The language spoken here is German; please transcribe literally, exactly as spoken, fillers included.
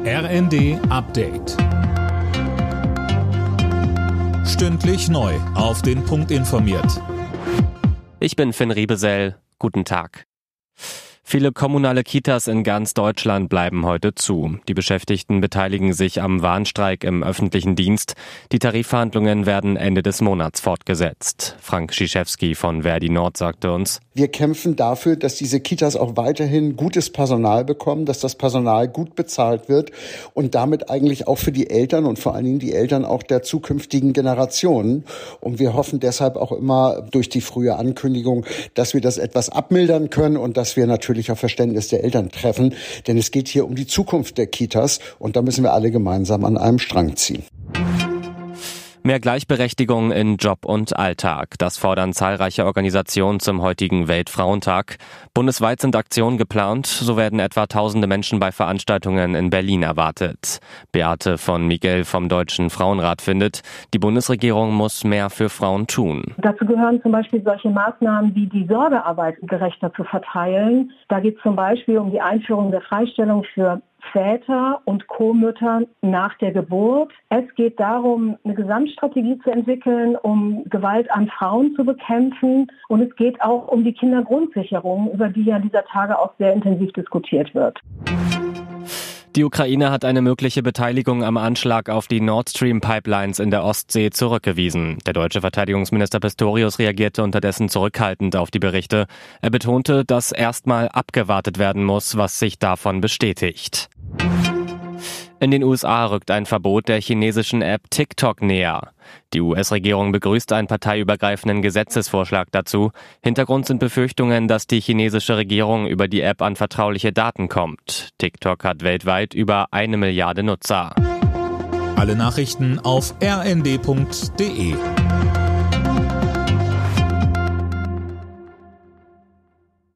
R N D Update. Stündlich neu auf den Punkt informiert. Ich bin Finn Riebesell. Guten Tag. Viele kommunale Kitas in ganz Deutschland bleiben heute zu. Die Beschäftigten beteiligen sich am Warnstreik im öffentlichen Dienst. Die Tarifverhandlungen werden Ende des Monats fortgesetzt. Frank Schischewski von Verdi Nord sagte uns: Wir kämpfen dafür, dass diese Kitas auch weiterhin gutes Personal bekommen, dass das Personal gut bezahlt wird und damit eigentlich auch für die Eltern und vor allen Dingen die Eltern auch der zukünftigen Generationen. Und wir hoffen deshalb auch immer durch die frühe Ankündigung, dass wir das etwas abmildern können und dass wir natürlich auf Verständnis der Eltern treffen. Denn es geht hier um die Zukunft der Kitas und da müssen wir alle gemeinsam an einem Strang ziehen. Mehr Gleichberechtigung in Job und Alltag. Das fordern zahlreiche Organisationen zum heutigen Weltfrauentag. Bundesweit sind Aktionen geplant. So werden etwa tausende Menschen bei Veranstaltungen in Berlin erwartet. Beate von Miguel vom Deutschen Frauenrat findet, die Bundesregierung muss mehr für Frauen tun. Dazu gehören zum Beispiel solche Maßnahmen wie die Sorgearbeit gerechter zu verteilen. Da geht es zum Beispiel um die Einführung der Freistellung für Väter und Co-Mütter nach der Geburt. Es geht darum, eine Gesamtstrategie zu entwickeln, um Gewalt an Frauen zu bekämpfen. Und es geht auch um die Kindergrundsicherung, über die ja dieser Tage auch sehr intensiv diskutiert wird. Die Ukraine hat eine mögliche Beteiligung am Anschlag auf die Nord Stream Pipelines in der Ostsee zurückgewiesen. Der deutsche Verteidigungsminister Pistorius reagierte unterdessen zurückhaltend auf die Berichte. Er betonte, dass erstmal abgewartet werden muss, was sich davon bestätigt. In den U S A rückt ein Verbot der chinesischen App TikTok näher. Die U S-Regierung begrüßt einen parteiübergreifenden Gesetzesvorschlag dazu. Hintergrund sind Befürchtungen, dass die chinesische Regierung über die App an vertrauliche Daten kommt. TikTok hat weltweit über eine Milliarde Nutzer. Alle Nachrichten auf r n d punkt d e.